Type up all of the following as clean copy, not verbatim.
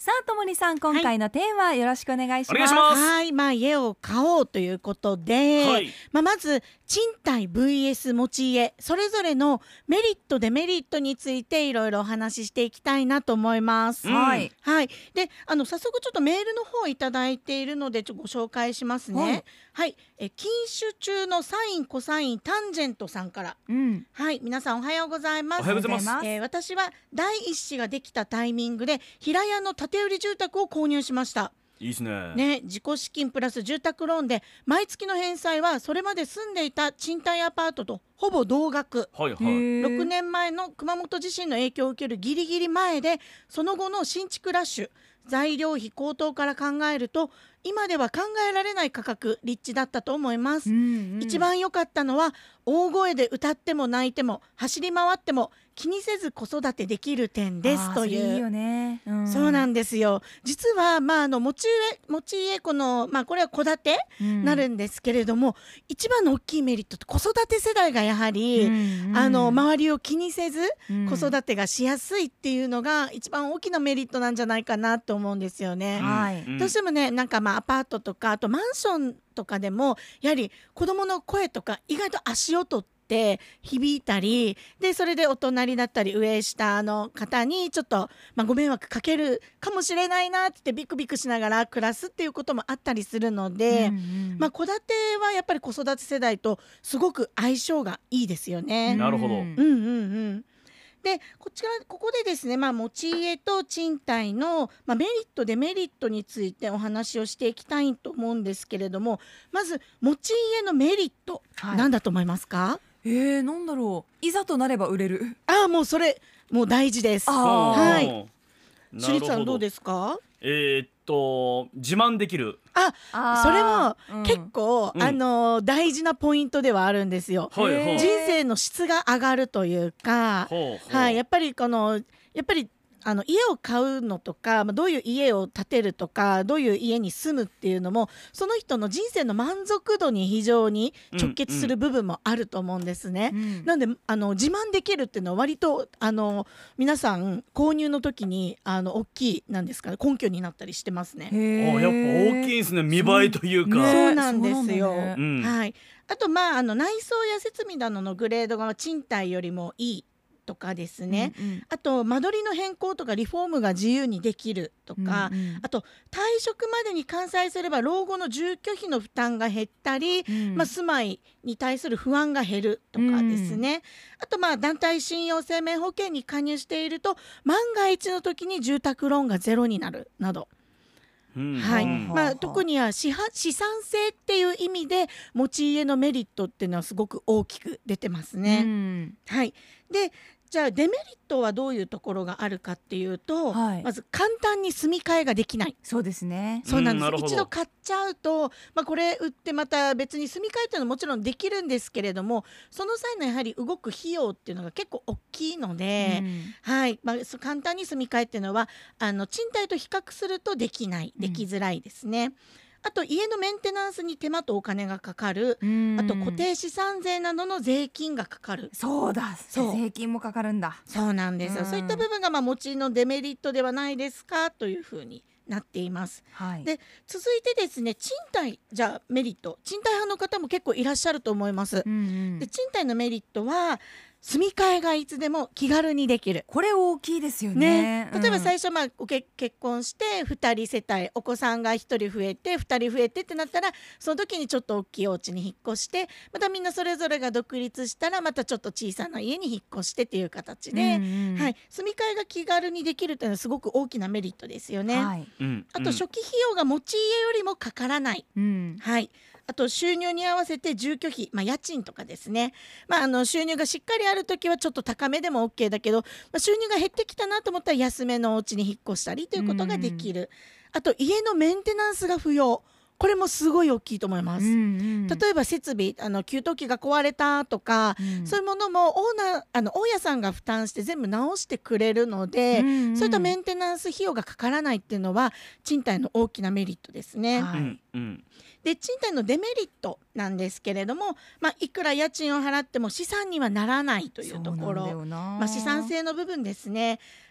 さあともりさん、今回のテーマ、よろしくお願いします。 お願いします。 はい、家を買おうということで、 はい、 まず賃貸 vs 持ち家、それぞれのメリットデメリットについていろいろお話ししていきたいなと思います。 はい、 はい、で早速ちょっとメールの方いただいているのでご紹介しますね。はい、禁酒中のサインコサインタンジェントさんから、はい、皆さんおはようございます。 おはようございます。 私は第一子ができたタイミングで平屋の建て売り住宅を購入しました。 いいですね。 自己資金プラス住宅ローンで毎月の返済はそれまで住んでいた賃貸アパートとほぼ同額。 はいはい。 6年前の熊本地震の影響を受けるギリギリ前で、その後の新築ラッシュ、材料費高騰から考えると今では考えられない価格、立地だったと思います。一番良かったのは大声で歌っても泣いても走り回っても気にせず子育てできる点ですという。 それいいよね。 そうなんですよ。実は持ち家この、これは戸建てなるんですけれども、一番の大きいメリットって子育て世代がやはり、周りを気にせず子育てがしやすいっていうのが一番大きなメリットなんじゃないかなと思うんですよね。どうしてもね、なんかアパートとかあとマンションとかでもやはり子どもの声とか意外と足音って響いたりで、それでお隣だったり上下の方にちょっと、ご迷惑かけるかもしれないなってビクビクしながら暮らすっていうこともあったりするので、戸建てはやっぱり子育て世代とすごく相性がいいですよね。 なるほど。 でここでですね、持ち家と賃貸の、メリットデメリットについてお話をしていきたいと思うんですけれども、まず持ち家のメリット、何だと思いますか？ なんだろう。いざとなれば売れる。 もうそれもう大事です。はい。しりさんどうですか？ 自慢できる。 それも結構、大事なポイントではあるんですよ。人生の質が上がるというか、やっぱり家を買うのとか、どういう家を建てるとかどういう家に住むっていうのもその人の人生の満足度に非常に直結する部分もあると思うんですね。なので自慢できるっていうのは割と皆さん購入の時に大きいなんですかね、根拠になったりしてますね。 やっぱ大きいですね。見栄えというか。 そうなんですよ。はい。あと内装や設備などのグレードが賃貸よりもいいとかですね、あと間取りの変更とかリフォームが自由にできるとか、あと退職までに完済すれば老後の住居費の負担が減ったり、住まいに対する不安が減るとかですね、あと団体信用生命保険に加入していると万が一の時に住宅ローンがゼロになるなど、特には資産性っていう意味で持ち家のメリットっていうのはすごく大きく出てますね。でじゃあデメリットはどういうところがあるかっていうと、まず簡単に住み替えができない。 そうですね。 そうなんです。一度買っちゃうと、これ売ってまた別に住み替えっていうのはもちろんできるんですけれども、その際のやはり動く費用っていうのが結構大きいので、簡単に住み替えっていうのは賃貸と比較するとできづらいですね。あと家のメンテナンスに手間とお金がかかる、あと固定資産税などの税金がかかる。 そうだ、税金もかかるんだ。 そうなんですよ。そういった部分が持ちのデメリットではないですかというふうになっています。で続いてですね、賃貸メリット、賃貸派の方も結構いらっしゃると思います。で賃貸のメリットは住み替えがいつでも気軽にできる。 これ大きいですよね。 例えば最初結婚して2人世帯、お子さんが1人増えて2人増えてってなったら、その時にちょっと大きいお家に引っ越して、またみんなそれぞれが独立したらまたちょっと小さな家に引っ越してっていう形で、住み替えが気軽にできるというのはすごく大きなメリットですよね。あと初期費用が持ち家よりもかからない。あと収入に合わせて住居費、家賃とかですね、収入がしっかりある時はちょっと高めでも OK だけど、収入が減ってきたなと思ったら安めのお家に引っ越したりということができる。あと家のメンテナンスが不要、これもすごい大きいと思います。例えば設備、給湯器が壊れたとか、そういうものも大家さんが負担して全部直してくれるので、そういったメンテナンス費用がかからないっていうのは賃貸の大きなメリットですね。で賃貸のデメリットなんですけれども、いくら家賃を払っても資産にはならないというところ、資産性の部分ですね。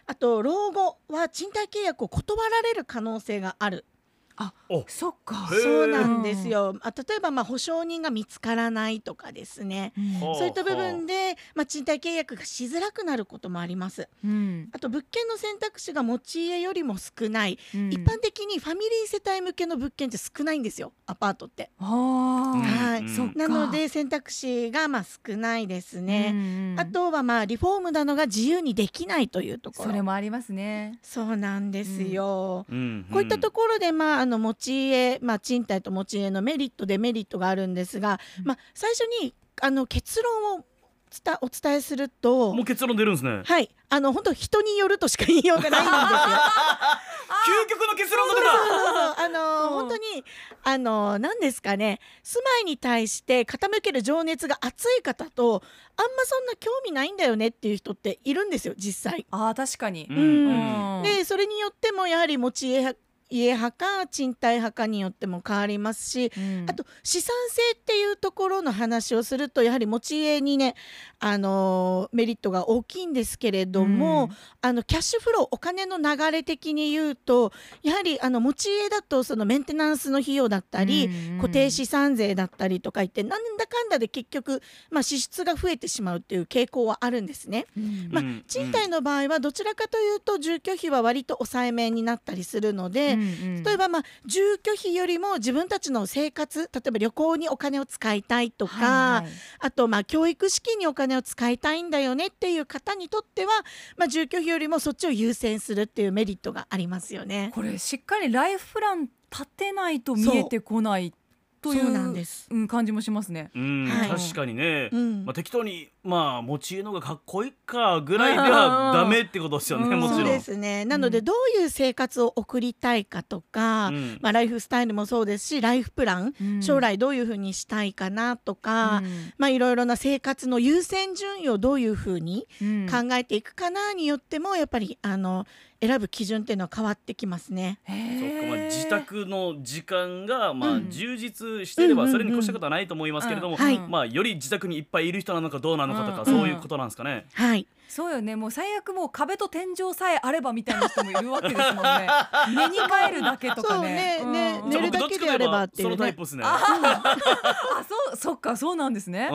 あと老後は賃貸契約を断られる可能性がある。 あ、 おそっか。 へーそうなんですよ。例えば保証人が見つからないとかですね、 はあそういった部分で、賃貸契約がしづらくなることもあります。 うんあと物件の選択肢が持ち家よりも少ない、 うん一般的にファミリー世帯向けの物件って少ないんですよ、アパートって。 あはいそっかなので選択肢が少ないですね。あとはリフォームなどが自由にできないというところ。 それもありますね。 そうなんですよ。 うんこういったところで、持ち家、賃貸と持ち家のメリットデメリットがあるんですが、最初に結論をお伝えすると、 もう結論出るんですね。 はい、本当人によるとしか言いようがないんですよ。 究極の結論が出た。 本当に何ですかね、住まいに対して傾ける情熱が熱い方と、あんまそんな興味ないんだよねっていう人っているんですよ、実際。 確かに。 うんでそれによってもやはり持ち家派か賃貸派かによっても変わりますし、あと資産性っていうところの話をすると、やはり持ち家にね、メリットが大きいんですけれども、キャッシュフロー、お金の流れ的に言うと、やはり持ち家だとそのメンテナンスの費用だったり、固定資産税だったりとか言って、なんだかんだで結局、支出が増えてしまうっていう傾向はあるんですね。賃貸の場合はどちらかというと住居費は割と抑えめになったりするので、例えば住居費よりも自分たちの生活、例えば旅行にお金を使いたいとか、あと教育資金にお金を使いたいんだよねっていう方にとっては、住居費よりもそっちを優先するっていうメリットがありますよね。 これしっかりライフプラン立てないと見えてこないといそうなんです、 感じもしますね。 はい確かにね、適当に持ち家の方がかっこいいかぐらいではダメってことですよね、もちろん。 そうですね。なのでどういう生活を送りたいかとか、ライフスタイルもそうですし、ライフプラン、将来どういうふうにしたいかなとか、いろいろな生活の優先順位をどういうふうに考えていくかなによっても、やっぱり選ぶ基準っていうのは変わってきますね。 そっか、自宅の時間が充実してればそれに越したことはないと思いますけれども、より自宅にいっぱいいる人なのかどうなのかとか、そういうことなんですかね。 はい、 そうよね。もう最悪もう壁と天井さえあればみたいな人もいるわけですもんね。寝に帰るだけとかね。 寝るだけであればっていうね。 そのタイプですね。 そっか、そうなんですね。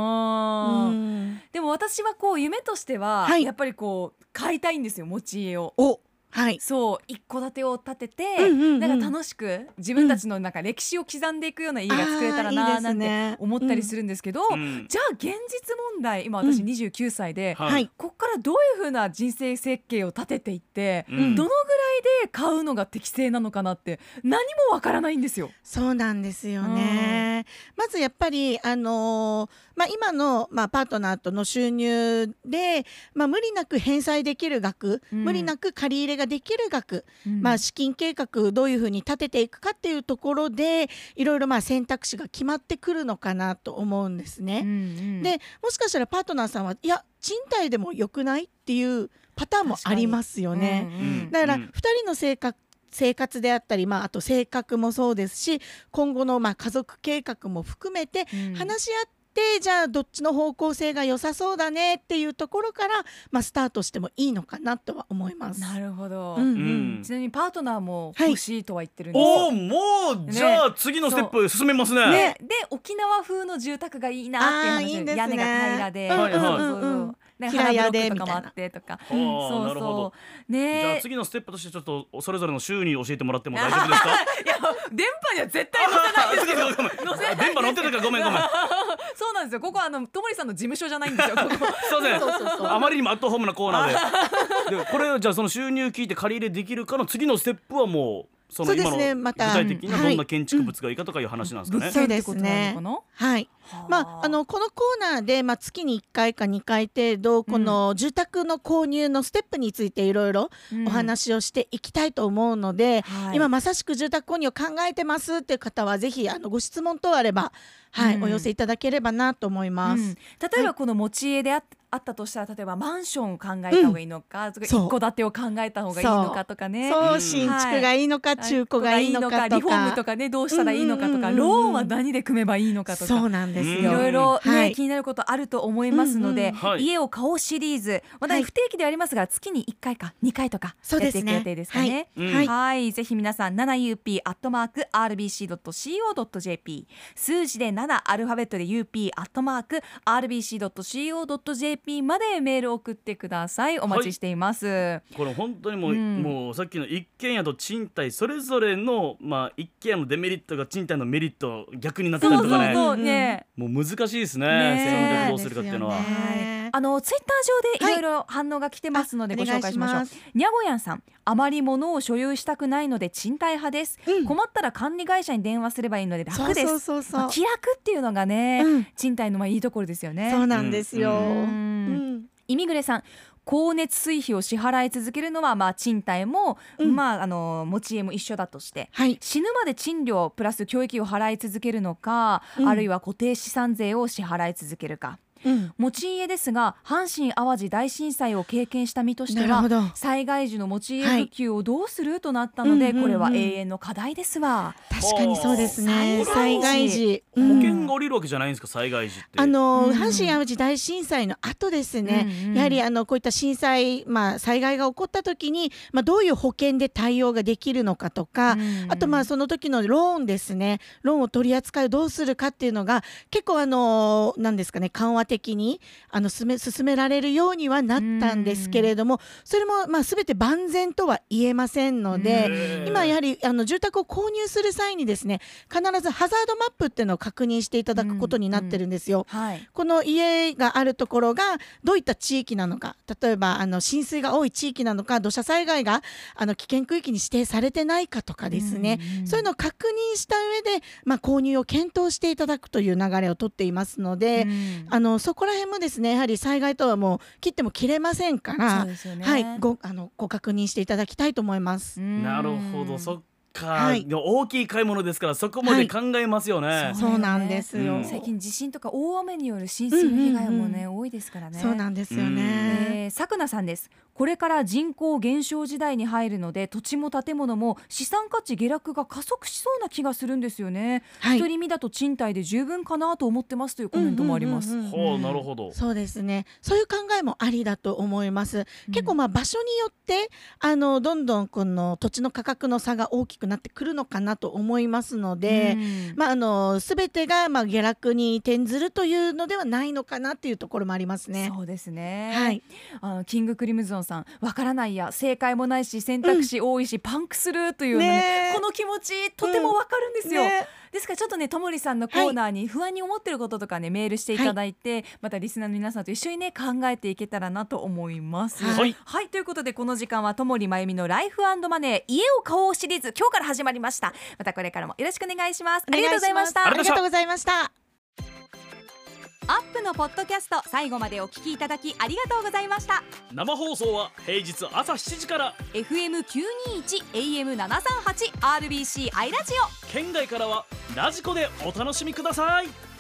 でも私は夢としては、やっぱり買いたいんですよ、持ち家を。そう、一戸建てを建てて、なんか楽しく自分たちのなんか歴史を刻んでいくような家が作れたらななんて思ったりするんですけど、じゃあ現実問題、今私29歳で、こっからどういう風な人生設計を立てていって、どのぐらいで買うのが適正なのかなって何もわからないんですよ。 そうなんですよね。まずやっぱり今のパートナーとの収入で、無理なく返済できる額、無理なく借り入れができる額、資金計画どういうふうに立てていくかっていうところで、いろいろ選択肢が決まってくるのかなと思うんですね。でもしかしたらパートナーさんは、いや賃貸でもよくないっていうパターンもありますよね。だから2人の生活であったり、あと性格もそうですし、今後の家族計画も含めて話し合って、じゃあどっちの方向性が良さそうだねっていうところから、スタートしてもいいのかなとは思います。 なるほど。ちなみにパートナーも欲しいとは言ってるんですよ。 もうじゃあ次のステップ進めますね。 で沖縄風の住宅がいいなっていう話で、屋根が平らで、 平屋でとかもあってとか。そうそうね。 じゃあ次のステップとしてちょっとそれぞれの週に教えてもらっても大丈夫ですか？ いや電波には絶対載せないですけど。 電波乗ってたかごめん。 そうなんですよ。ここは戸森さんの事務所じゃないんですよ。ここ。 すいません。あまりにもアットホームなコーナーで。これじゃあその収入聞いて借り入れできるかの次のステップはもうその今の具体的などんな建築物がいいかとかいう話なんですかね。 そうですね。はい。このコーナーで月に1回か2回程度この住宅の購入のステップについていろいろお話をしていきたいと思うので、今まさしく住宅購入を考えてますっていう方はぜひご質問等あればお寄せいただければなと思います。 例えばこの持ち家でああったとしたら、例えばマンションを考えた方がいいのか、一戸建てを考えた方がいいのかとかね、 そう新築がいいのか、中古がいいのかとか、 リフォームとかね、どうしたらいいのかとか、ローンは何で組めばいいのかとか、 そうなんですよ。 いろいろね、気になることあると思いますので、家を買おうシリーズ、まだ不定期ではありますが、月に1回か2回とかやっていく予定ですかね。はい、ぜひ皆さん 7up@rbc.co.jp、 数字で7、アルファベットで up@rbc.co.jp までメールを送ってください。お待ちしています。 これ本当にもうさっきの一軒家と賃貸それぞれの、一軒家のデメリットが賃貸のメリット逆になったりとかね、もう難しいですね、選択どうするかっていうのは。ツイッター上でいろいろ反応が来てますのでご紹介しましょう。にゃごやんさん、あまり物を所有したくないので賃貸派です。困ったら管理会社に電話すればいいので楽です。気楽っていうのがね、賃貸のいいところですよね。 そうなんですよ。 イミグレさん、光熱水費を支払い続けるのは賃貸も、持ち家も一緒だとして、死ぬまで賃料プラス教育費を払い続けるのか、あるいは固定資産税を支払い続けるか。持ち家ですが、阪神・淡路大震災を経験した身としては、災害時の持ち家復旧をどうするとなったので、これは永遠の課題ですわ。 確かにそうですね。災害時保険が下りるわけじゃないんですか、災害時って。 阪神・淡路大震災の後ですね、やはりこういった震災、災害が起こった時に、どういう保険で対応ができるのかとか、あとその時のローンですね、ローンを取り扱いをどうするかっていうのが結構なんですかね、緩和的に進められるようにはなったんですけれども、それも全て万全とは言えませんので、今やはり住宅を購入する際にですね、必ずハザードマップっていうのを確認していただくことになってるんですよ。この家があるところがどういった地域なのか、例えば浸水が多い地域なのか、土砂災害が危険区域に指定されてないかとかですね、そういうのを確認した上で、購入を検討していただくという流れをとっていますので、そこら辺もですね、やはり災害とはもう切っても切れませんから、ご確認していただきたいと思います。 なるほど、そっか。大きい買い物ですからそこまで考えますよね。 そうなんですよ。 最近地震とか大雨による浸水の被害もね、多いですからね。 そうなんですよね。 さくなさんです。これから人口減少時代に入るので、土地も建物も資産価値下落が加速しそうな気がするんですよね。独り身だと賃貸で十分かなと思ってますというコメントもあります。 なるほど。 そうですね、そういう考えもありだと思います。結構場所によってどんどんこの土地の価格の差が大きくなってくるのかなと思いますので、全てが下落に転ずるというのではないのかなっていうところもありますね。 そうですね。キングクリムゾンさん、わからないや、正解もないし選択肢多いし、パンクするというこの気持ちとてもわかるんですよ。ですからちょっとね、ともりさんのコーナーに不安に思ってることとかね、メールしていただいて、またリスナーの皆さんと一緒にね、考えていけたらなと思います。はい、ということでこの時間はともりまゆみのライフ&マネー、家を買おうシリーズ、今日から始まりました。またこれからもよろしくお願いします。ありがとうございました。 ありがとうございました。 アップのポッドキャスト、最後までお聞きいただきありがとうございました。 生放送は平日朝7時から FM921 AM738 RBC アイラジオ、 県外からはラジコでお楽しみください。